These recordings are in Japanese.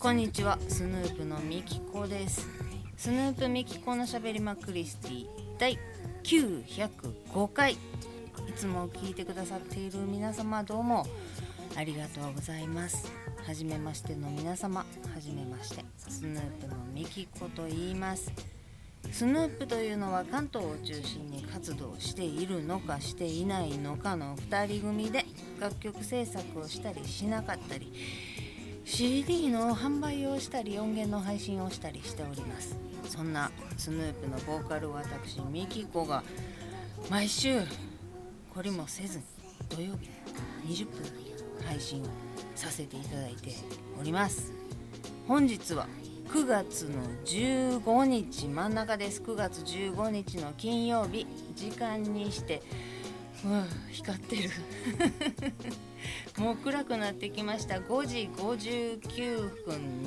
こんにちは、スヌープのみきこです。スヌープみきこのしゃべりまクリスティ第905回、いつも聞いてくださっている皆様、どうもありがとうございます。はじめましての皆様、はじめまして。スヌープのみきこと言います。スヌープというのは関東を中心に活動しているのかしていないのかの2人組で、楽曲制作をしたりしなかったり、 CD の販売をしたり、音源の配信をしたりしております。そんなスヌープのボーカル私みきこが毎週懲りもせずに土曜日20分配信をさせていただいております。本日は9月の15日真ん中です。9月15日の金曜日、時間にして光ってるもう暗くなってきました。5時59分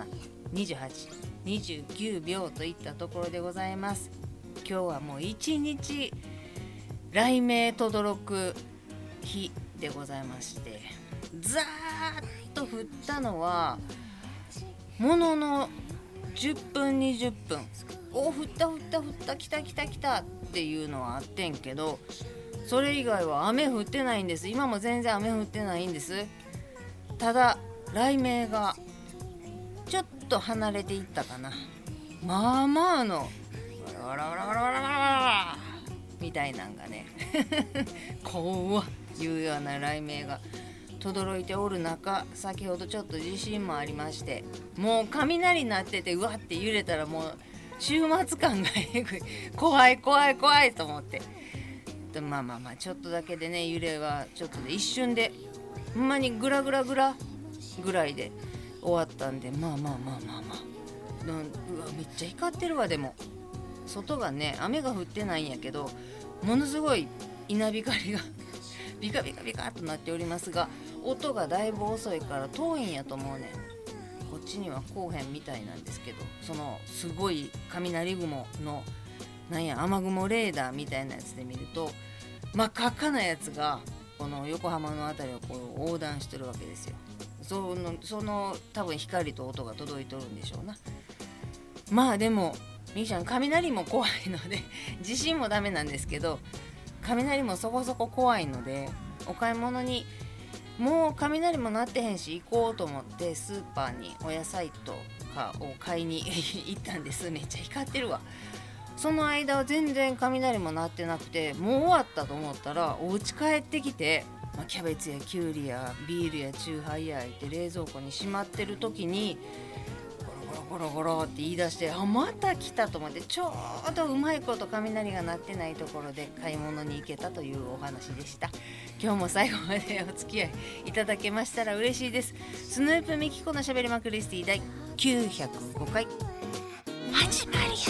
27、28、29秒といったところでございます。今日はもう一日雷鳴とどろく日でございまして、ザーッと降ったのはものの10分20分、降った来たっていうのはあってんけど、それ以外は雨降ってないんです。今も全然雨降ってないんです。ただ雷鳴がちょっと離れていったかな。まあまあのワラワラワラワラワラワラみたいなんがね怖っいうような雷鳴が轟いておる中、先ほどちょっと地震もありまして、もう雷鳴っててうわって揺れたらもう週末感がえぐい、怖いと思って、まあちょっとだけでね、揺れはちょっとで一瞬でほんまにグラぐらいで終わったんで、まあうわめっちゃ光ってるわ。でも外がね、雨が降ってないんやけど、ものすごい稲光がビカビカっとなっておりますが、音がだいぶ遅いから遠いんやと思うねん。こっちにはこうへんみたいなんですけど、そのすごい雷雲の雨雲レーダーみたいなやつで見ると、真っ赤っかなやつがこの横浜のあたりをこう横断してるわけですよ。その多分光と音が届いとるんでしょうな。まあでもみーちゃん、雷も怖いので地震もダメなんですけど、雷もそこそこ怖いので、お買い物にもう雷も鳴ってへんし行こうと思ってスーパーにお野菜とかを買いに行ったんです。めっちゃ光ってるわ。その間は全然雷も鳴ってなくて、もう終わったと思ったらお家帰ってきて、キャベツやキュウリやビールやチューハイやって冷蔵庫にしまってる時にゴロって言い出して、また来たと思って、ちょうどうまいこと雷が鳴ってないところで買い物に行けたというお話でした。今日も最後までお付き合いいただけましたら嬉しいです。スヌープみきこのしゃべりまクリスティ第905回始まり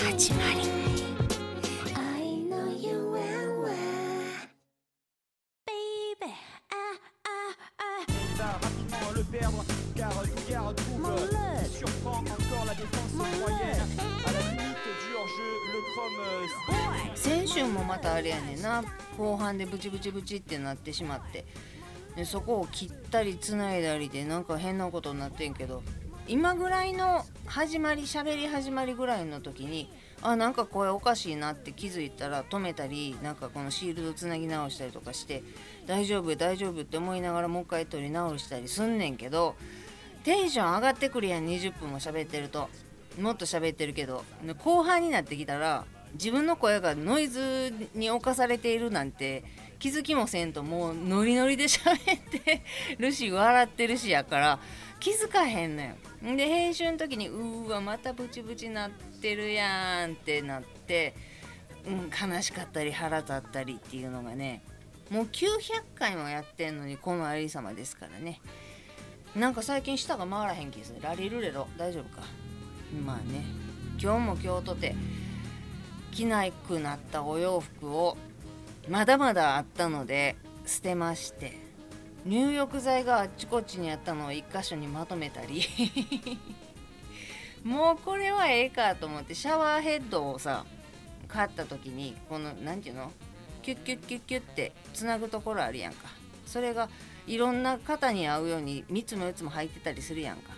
先週もまたあれやねんな、後半でブチってなってしまって、でそこを切ったりつないだりでなんか変なことになってんけど、今ぐらいの喋り始まりぐらいの時になんか声おかしいなって気づいたら止めたり、なんかこのシールドつなぎ直したりとかして、大丈夫って思いながらもう一回取り直したりすんねんけど、テンション上がってくるやん。20分も喋ってると、もっと喋ってるけど、後半になってきたら自分の声がノイズに侵されているなんて気づきもせんと、もうノリノリで喋ってるし笑ってるしやから気づかへんのよ。で編集の時にまたブチなってるやんってなって、悲しかったり腹立ったりっていうのがね、もう900回もやってんのにこのありさまですからね。なんか最近舌が回らへん気する。ラリルレロ大丈夫か。まあね、今日も今日とて着なくなったお洋服をまだまだあったので捨てまして、入浴剤があっちこっちにあったのを一箇所にまとめたりもうこれはええかと思って、シャワーヘッドをさ買った時に、このなんていうの、キュッってつなぐところあるやんか。それがいろんな型に合うように3つも4つも入ってたりするやんか。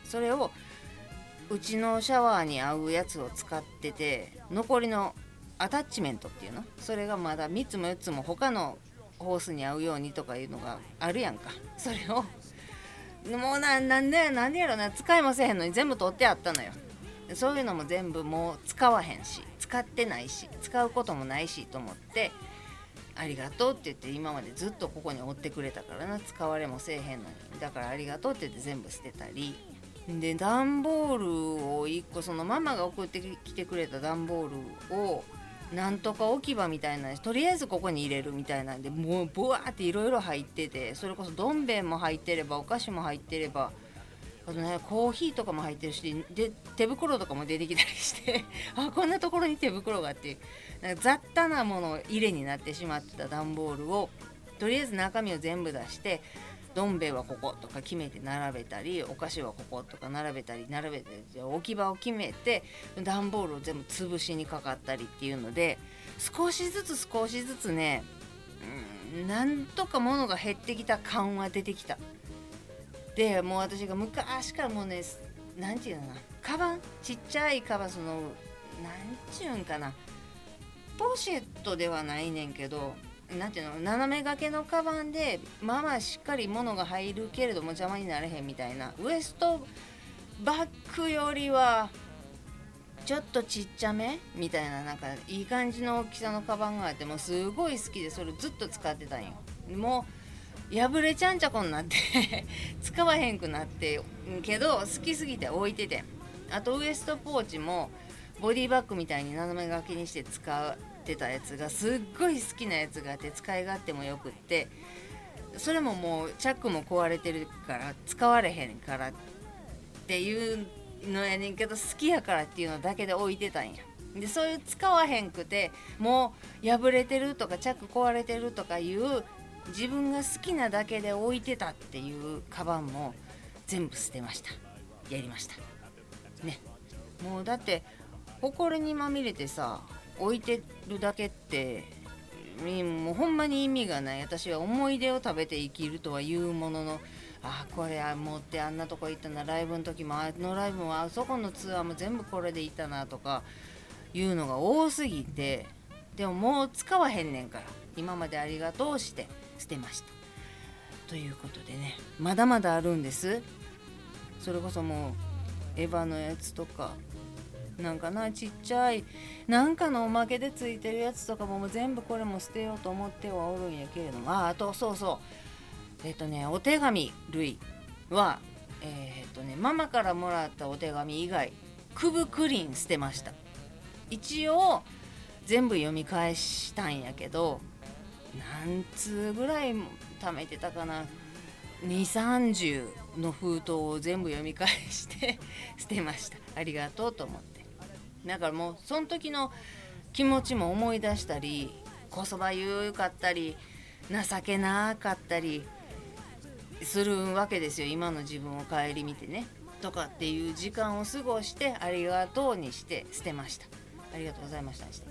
それをうちのシャワーに合うやつを使ってて、残りのアタッチメントっていうの、それがまだ3つも4つも他のホースに合うようにとかいうのがあるやんか。それをもうなんでやろな、使いもせへんのに全部取ってあったのよ。そういうのも全部もう使わへんし、使ってないし、使うこともないしと思って、ありがとうって言って、今までずっとここにおってくれたからな、使われもせえへんのに、だからありがとうって言って全部捨てたりで、段ボールを1個、そのママが送ってきてくれた段ボールをなんとか置き場みたいな、とりあえずここに入れるみたいなんで、もうブワーっていろいろ入ってて、それこそどん兵衛も入ってれば、お菓子も入ってれば、あとね、コーヒーとかも入ってるし、で手袋とかも出てきたりしてあ、こんなところに手袋があって、なんか雑多なもの入れになってしまってた段ボールを、とりあえず中身を全部出して、どん兵衛はこことか決めて並べたり、お菓子はこことか並べて置き場を決めて、段ボールを全部潰しにかかったりっていうので、少しずつね、なんとか物が減ってきた感は出てきた。でもう私が昔からもうね、なんていうのかな、カバン、ちっちゃいカバン、そのなんちゅうんかな、ポシェットではないねんけど、なんていうの、斜め掛けのカバンでまあまあしっかり物が入るけれども邪魔になれへんみたいな、ウエストバッグよりはちょっとちっちゃめみたいな、なんかいい感じの大きさのカバンがあって、もうすごい好きで、それずっと使ってたんよ。もう破れちゃんちゃこになって使わへんくなってけど、好きすぎて置いてて、あとウエストポーチもボディバッグみたいに斜め掛けにして使ってたやつがすっごい好きなやつがあって、使い勝手もよくって、それももうチャックも壊れてるから使われへんからっていうのやねんけど、好きやからっていうのだけで置いてたんや。でそういう使わへんくて、もう破れてるとかチャック壊れてるとかいう自分が好きなだけで置いてたっていうカバンも全部捨てました。やりましたね。もうだって埃にまみれてさ、置いてるだけってもうほんまに意味がない。私は思い出を食べて生きるとは言うものの、これ持ってあんなとこ行ったな、ライブの時もあのライブもあそこのツアーも全部これで行ったなとかいうのが多すぎて、でももう使わへんねんから、今までありがとうして捨てましたということでね、まだまだあるんです。それこそもうエヴァのやつとか、なんかな、ちっちゃいなんかのおまけでついてるやつとかも全部これも捨てようと思ってはおるんやけれども、あとそうそう、お手紙類はママからもらったお手紙以外、クブクリン捨てました。一応全部読み返したんやけど、何通ぐらい貯めてたかな、2、30の封筒を全部読み返して捨てました。ありがとうと思って。だからもうその時の気持ちも思い出したり、こそばゆかったり情けなかったりするわけですよ。今の自分を顧みてねとかっていう時間を過ごして、ありがとうにして捨てました。ありがとうございましたにして。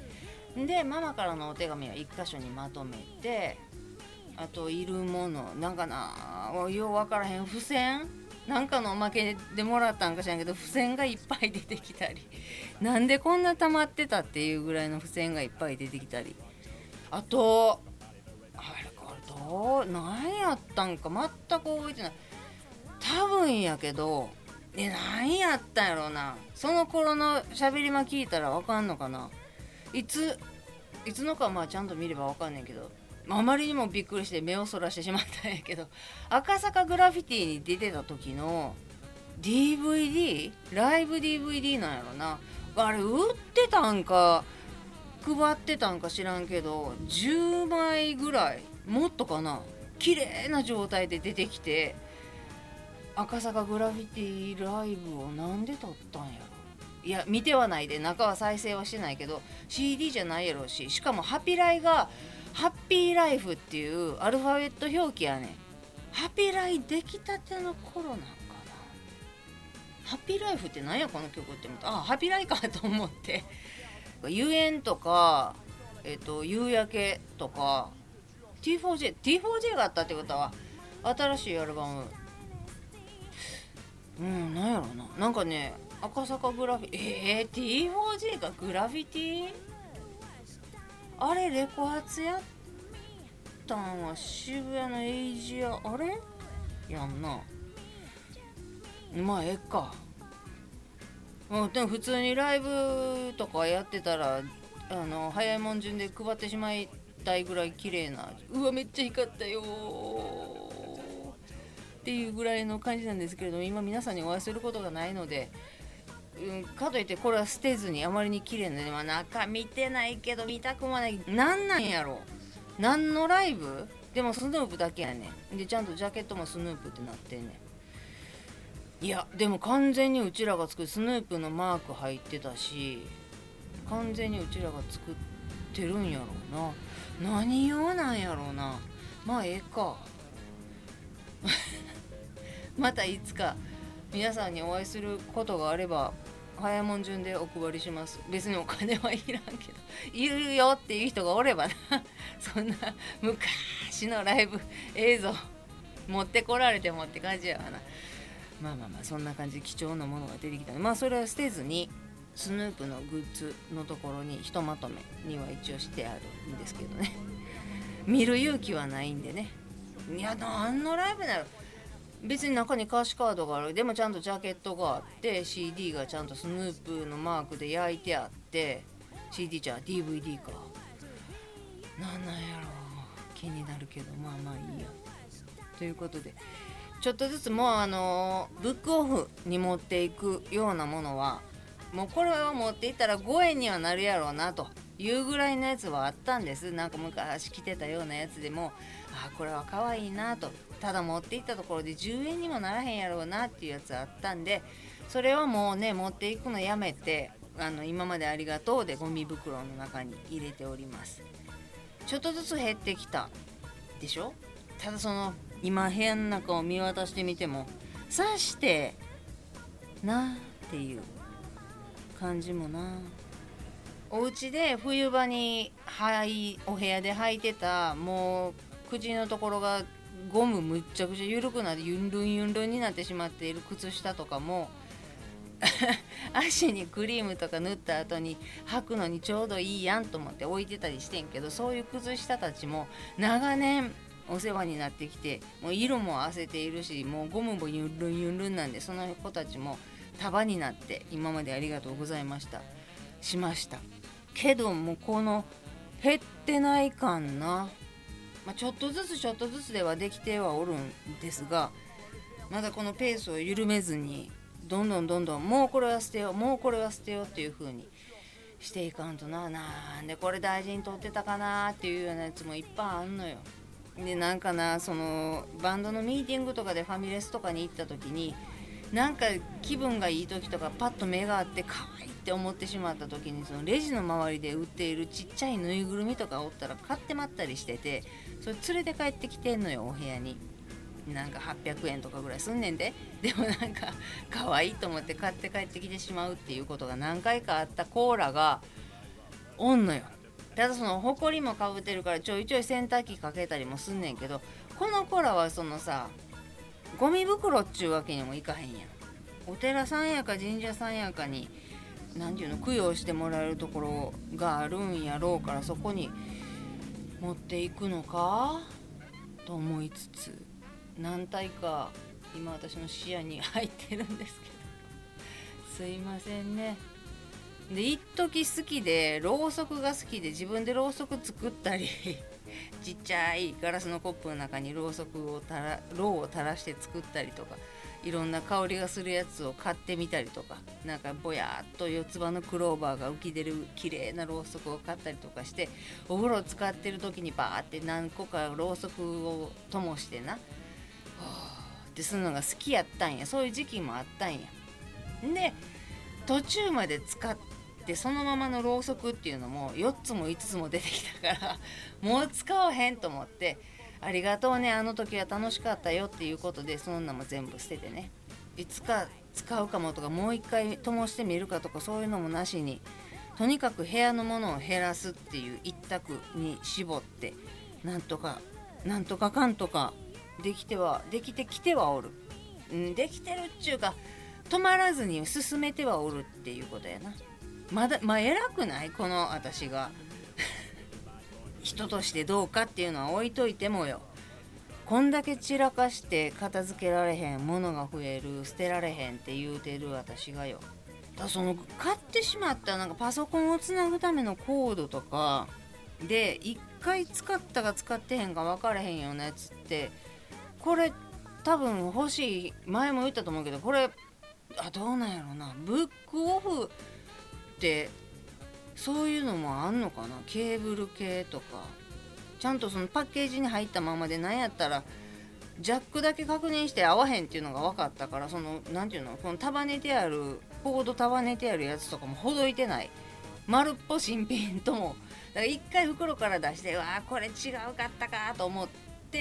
でママからのお手紙は1箇所にまとめて、あといるものなんかな、よう分からへん付箋なんかのおまけでもらったんかしらんけど、付箋がいっぱい出てきたり、なんでこんな溜まってたっていうぐらいの付箋がいっぱい出てきたり、あとあれこれ何やったんか全く覚えてない。多分やけど何やったんやろうな。その頃の喋り間聞いたら分かんのかな。いつのかちゃんと見れば分かんねんけど、あまりにもびっくりして目をそらしてしまったんやけど、赤坂グラフィティに出てた時の DVD、 ライブ DVD なんやろな。あれ売ってたんか配ってたんか知らんけど、10枚ぐらいもっとかな、綺麗な状態で出てきて、赤坂グラフィティライブをなんで撮ったんやろ。いや見てはないで、中は再生はしてないけど CD じゃないやろうし、しかもハピライがハッピーライフっていうアルファベット表記やねん。ハピライ出来たての頃なんかな。ハッピーライフって何やこの曲って思った。ハピライかと思って、ゆえんとか夕焼けとか T4J があったってことは新しいアルバムなんやろな、なんかね赤坂グラフィT4G がグラフィティあれレコ発やったんは渋谷のエイジアあれやんな。まあええか。でも普通にライブとかやってたら早いもん順で配ってしまいたいぐらい綺麗な、うわめっちゃ光ったよっていうぐらいの感じなんですけれども、今皆さんにお会いすることがないので、かといってこれは捨てずにあまりに綺麗なので、中見てないけど見たくもない。なんやろ、何のライブでもスヌープだけやねんで、ちゃんとジャケットもスヌープってなってんねん。いやでも完全にうちらが作るスヌープのマーク入ってたし、完全にうちらが作ってるんやろうな。何用なんやろうな。まあええかまたいつか皆さんにお会いすることがあれば早いもん順でお配りします。別にお金はいらんけど、いるよっていう人がおればなそんな昔のライブ映像持ってこられてもって感じやわな。まあそんな感じで貴重なものが出てきたので、それは捨てずにスヌープのグッズのところにひとまとめには一応してあるんですけどね、見る勇気はないんでね。いや何のライブなの、別に中に歌詞カードがある。でもちゃんとジャケットがあって CD がちゃんとスヌープのマークで焼いてあって、 CD じゃ DVD かなんやろう、気になるけどまあいいやということで、ちょっとずつもうブックオフに持っていくようなものはもうこれを持っていったら5円にはなるやろうなというぐらいのやつはあったんです。なんか昔着てたようなやつでもこれは可愛いなと、ただ持っていったところで10円にもならへんやろうなっていうやつあったんで、それはもうね持っていくのやめて今までありがとうでゴミ袋の中に入れております。ちょっとずつ減ってきたでしょ。ただその今部屋の中を見渡してみてもさしてなっていう感じもな。お家で冬場にお部屋で履いてたもう口のところがゴムむっちゃくちゃ緩くなってユンルンになってしまっている靴下とかも足にクリームとか塗った後に履くのにちょうどいいやんと思って置いてたりしてんけど、そういう靴下たちも長年お世話になってきて、もう色もあせているし、もうゴムもユンルンなんで、その子たちも束になって今までありがとうございましたしましたけども、この減ってない感な、ちょっとずつではできてはおるんですが、まだこのペースを緩めずにどんどんもうこれは捨てようっていう風にしていかんとなんでこれ大事にとってたかなっていうようなやつもいっぱいあんのよ。でなんかな、そのバンドのミーティングとかでファミレスとかに行った時に、なんか気分がいい時とかパッと目があって可愛いって思ってしまった時に、そのレジの周りで売っているちっちゃいぬいぐるみとかおったら買ってまったりしてて、それ連れて帰ってきてんのよお部屋に。なんか800円とかぐらいすんねんで。でもなんか可愛いと思って買って帰ってきてしまうっていうことが何回かあったコーラがおんのよ。ただそのホコリもかぶってるからちょいちょい洗濯機かけたりもすんねんけど、この子らはそのさゴミ袋っちゅうわけにもいかへんやん。お寺さんやか神社さんやかになんていうの供養してもらえるところがあるんやろうから、そこに持っていくのかと思いつつ、何体か今私の視野に入ってるんですけどすいませんね。で一時好きでろうそくが好きで自分でろうそく作ったりちっちゃいガラスのコップの中にろうを垂らして作ったりとか、いろんな香りがするやつを買ってみたりとか、なんかぼやっと四つ葉のクローバーが浮き出る綺麗なろうそくを買ったりとかして、お風呂使ってる時にバーって何個かろうそくを灯してなってするのが好きやったんや。そういう時期もあったんや。で途中まで使ってそのままのろうそくっていうのも4つも5つも出てきたからもう使わへんと思って、ありがとうねあの時は楽しかったよっていうことで、そんなも全部捨ててね、いつか使うかもとかもう一回灯してみるかとかそういうのもなしに、とにかく部屋のものを減らすっていう一択に絞って、なんとかかんとかできてきてはおる。 できてるっちゅうか止まらずに進めてはおるっていうことやな。偉くないこの私が人としてどうかっていうのは置いといてもよ、こんだけ散らかして片付けられへん、物が増える、捨てられへんって言うてる私がよ、その買ってしまったなんかパソコンをつなぐためのコードとかで一回使ったか使ってへんか分からへんようなやつって、これ多分欲しい、前も言ったと思うけど、これどうなんやろな、ブックオフってそういうのもあんのかな、ケーブル系とかちゃんとそのパッケージに入ったままで、なんやったらジャックだけ確認して合わへんっていうのが分かったから、そのなんていうの、この束ねてあるコード束ねてあるやつとかもほどいてない、丸っぽ新品とも、だから一回袋から出して、これ違うかったかと思って、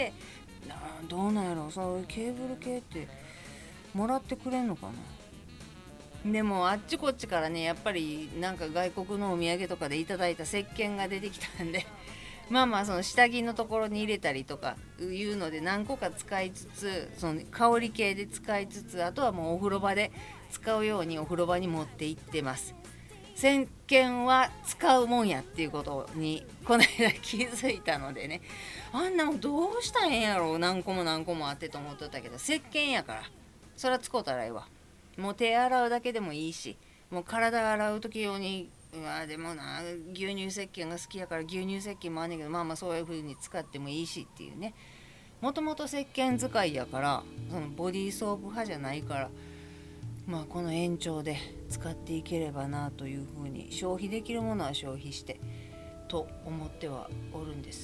どうなんやろ、そういうケーブル系ってもらってくれんのかな。でもあっちこっちからね、やっぱりなんか外国のお土産とかでいただいた石鹸が出てきたんでまあその下着のところに入れたりとかいうので何個か使いつつ、その香り系で使いつつ、あとはもうお風呂場で使うようにお風呂場に持って行ってます。石鹸は使うもんやっていうことにこの間気づいたのでね、あんなもどうしたらええんやろう、何個も何個もあってと思っとったけど、石鹸やからそら使うたらええわ。もう手洗うだけでもいいし、もう体洗う時用に、でもな、牛乳石鹸が好きやから牛乳石鹸もあんねんけど、そういう風に使ってもいいしっていうね。もともと石鹸使いやから、そのボディーソープ派じゃないから、この延長で使っていければなという風に、消費できるものは消費してと思ってはおるんです。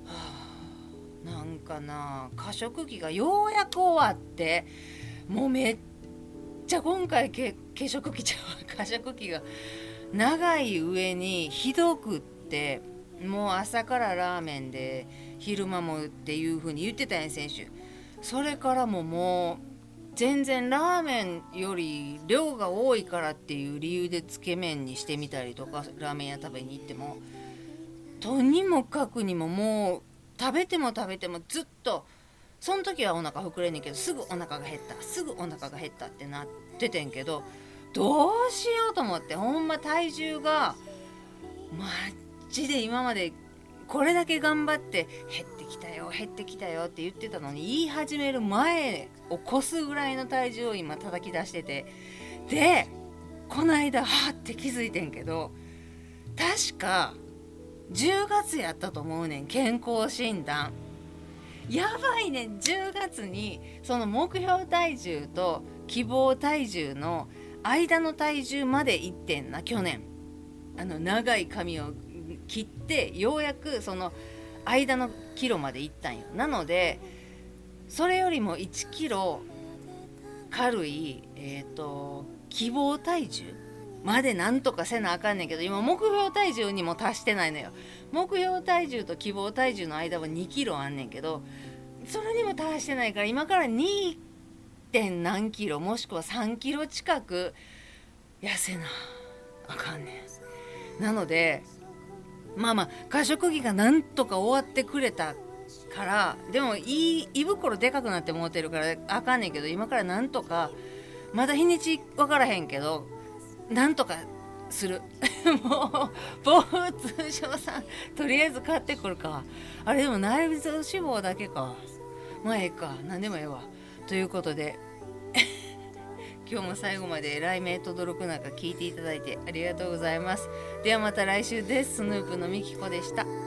なんかな、過食期がようやく終わって、もうめっちゃ今回過食期が長い上にひどくって、もう朝からラーメンで昼間もっていう風に言ってたんや、先週。それからもう全然ラーメンより量が多いからっていう理由でつけ麺にしてみたりとか、ラーメン屋食べに行ってもとにもかくにも、もう食べてもずっとその時はお腹膨れんねんけど、すぐお腹が減ったってなっててんけど、どうしようと思って、ほんま体重がマジで今までこれだけ頑張って減ってきたよって言ってたのに、言い始める前を越すぐらいの体重を今叩き出してて、でこの間って気づいてんけど、確か10月やったと思うねん、健康診断。やばいねん、10月にその目標体重と希望体重の間の体重までいってんな、去年。長い髪を切ってようやくその間のキロまでいったんよ。なのでそれよりも1キロ軽い、希望体重までなんとかせなあかんねんけど、今目標体重にも達してないのよ。目標体重と希望体重の間は2キロあんねんけど、それにも達してないから、今から 2. 点何キロもしくは3キロ近く痩せなあかんねん。なので過食期がなんとか終わってくれたから、でも胃袋でかくなって思ってるからあかんねんけど、今からなんとか、まだ日にち分からへんけどなんとかするもう防通症さんとりあえず買ってくるか。あれでも内臓脂肪だけか。ええか、何でもええわ。ということで今日も最後まで雷鳴とどろく中聞いていただいてありがとうございます。ではまた来週です。スヌープのみきこでした。